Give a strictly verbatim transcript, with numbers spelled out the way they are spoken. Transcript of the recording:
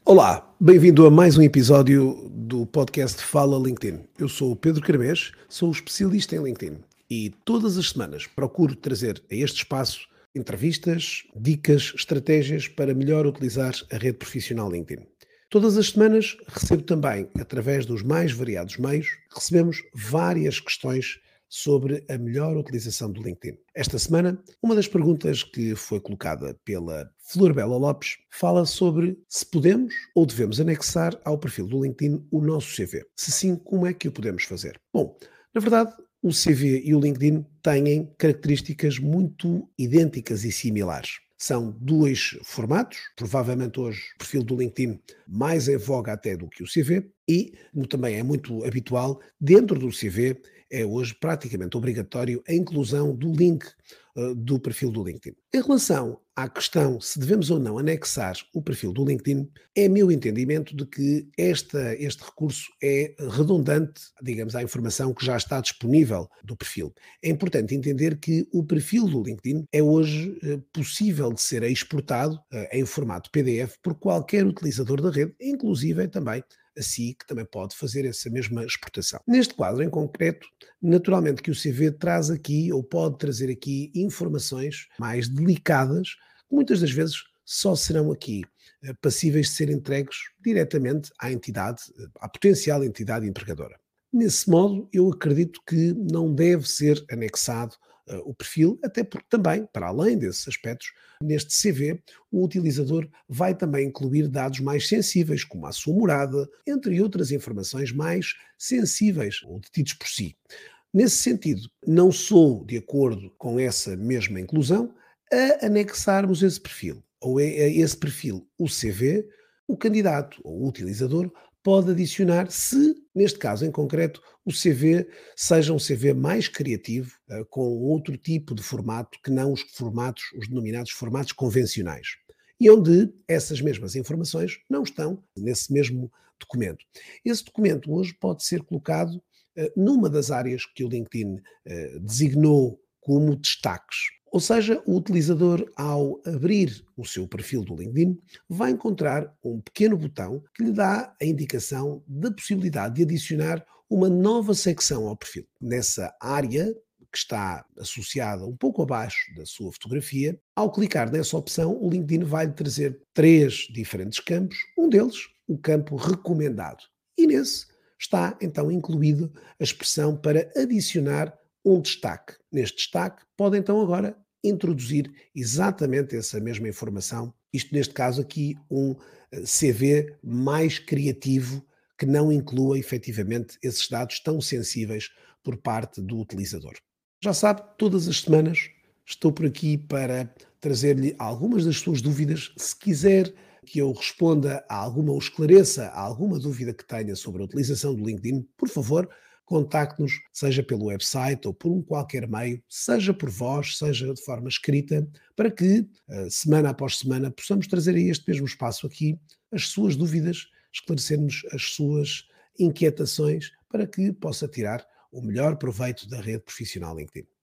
Olá, bem-vindo a mais um episódio do podcast Fala LinkedIn. Eu sou o Pedro Carmês, sou especialista em LinkedIn e todas as semanas procuro trazer a este espaço entrevistas, dicas, estratégias para melhor utilizar a rede profissional LinkedIn. Todas as semanas recebo também, através dos mais variados meios, recebemos várias questões sobre a melhor utilização do LinkedIn. Esta semana, uma das perguntas que foi colocada pela Flor Bela Lopes fala sobre se podemos ou devemos anexar ao perfil do LinkedIn o nosso C V. Se sim, como é que o podemos fazer? Bom, na verdade, o C V e o LinkedIn têm características muito idênticas e similares. São dois formatos, provavelmente hoje o perfil do LinkedIn mais em voga até do que o C V e, como também é muito habitual, dentro do C V é hoje praticamente obrigatório a inclusão do link uh, do perfil do LinkedIn. Em relação à questão se devemos ou não anexar o perfil do LinkedIn, é meu entendimento de que esta, este recurso é redundante, digamos, à informação que já está disponível do perfil. É importante entender que o perfil do LinkedIn é hoje uh, possível de ser exportado uh, em formato P D F por qualquer utilizador da rede, inclusive também a S I, que também pode fazer essa mesma exportação. Neste quadro em concreto, naturalmente que o C V traz aqui, ou pode trazer aqui, informações mais delicadas, que muitas das vezes só serão aqui eh, passíveis de ser entregues diretamente à entidade, eh, à potencial entidade empregadora. Nesse modo, eu acredito que não deve ser anexado uh, o perfil, até porque também, para além desses aspectos, neste C V, o utilizador vai também incluir dados mais sensíveis, como a sua morada, entre outras informações mais sensíveis ou detidos por si. Nesse sentido, não sou de acordo com essa mesma inclusão a anexarmos esse perfil, ou a esse perfil o C V, o candidato ou o utilizador pode adicionar se, neste caso em concreto, o C V seja um C V mais criativo, eh, com outro tipo de formato que não os formatos, os denominados formatos convencionais. E onde essas mesmas informações não estão nesse mesmo documento. Esse documento hoje pode ser colocado eh, numa das áreas que o LinkedIn eh, designou como destaques. Ou seja, o utilizador, ao abrir o seu perfil do LinkedIn, vai encontrar um pequeno botão que lhe dá a indicação da possibilidade de adicionar uma nova secção ao perfil. Nessa área, que está associada um pouco abaixo da sua fotografia, ao clicar nessa opção, o LinkedIn vai lhe trazer três diferentes campos, um deles, o campo recomendado. E nesse está então incluído a expressão para adicionar um destaque. Neste destaque, pode então agora introduzir exatamente essa mesma informação, isto neste caso aqui um eh, C V mais criativo que não inclua efetivamente esses dados tão sensíveis por parte do utilizador. Já sabe, todas as semanas estou por aqui para trazer-lhe algumas das suas dúvidas. Se quiser que eu responda a alguma ou esclareça a alguma dúvida que tenha sobre a utilização do LinkedIn, por favor, contacte-nos, seja pelo website ou por um qualquer meio, seja por voz, seja de forma escrita, para que, eh, semana após semana, possamos trazer a este mesmo espaço aqui as suas dúvidas, esclarecermos as suas inquietações, para que possa tirar o melhor proveito da rede profissional LinkedIn.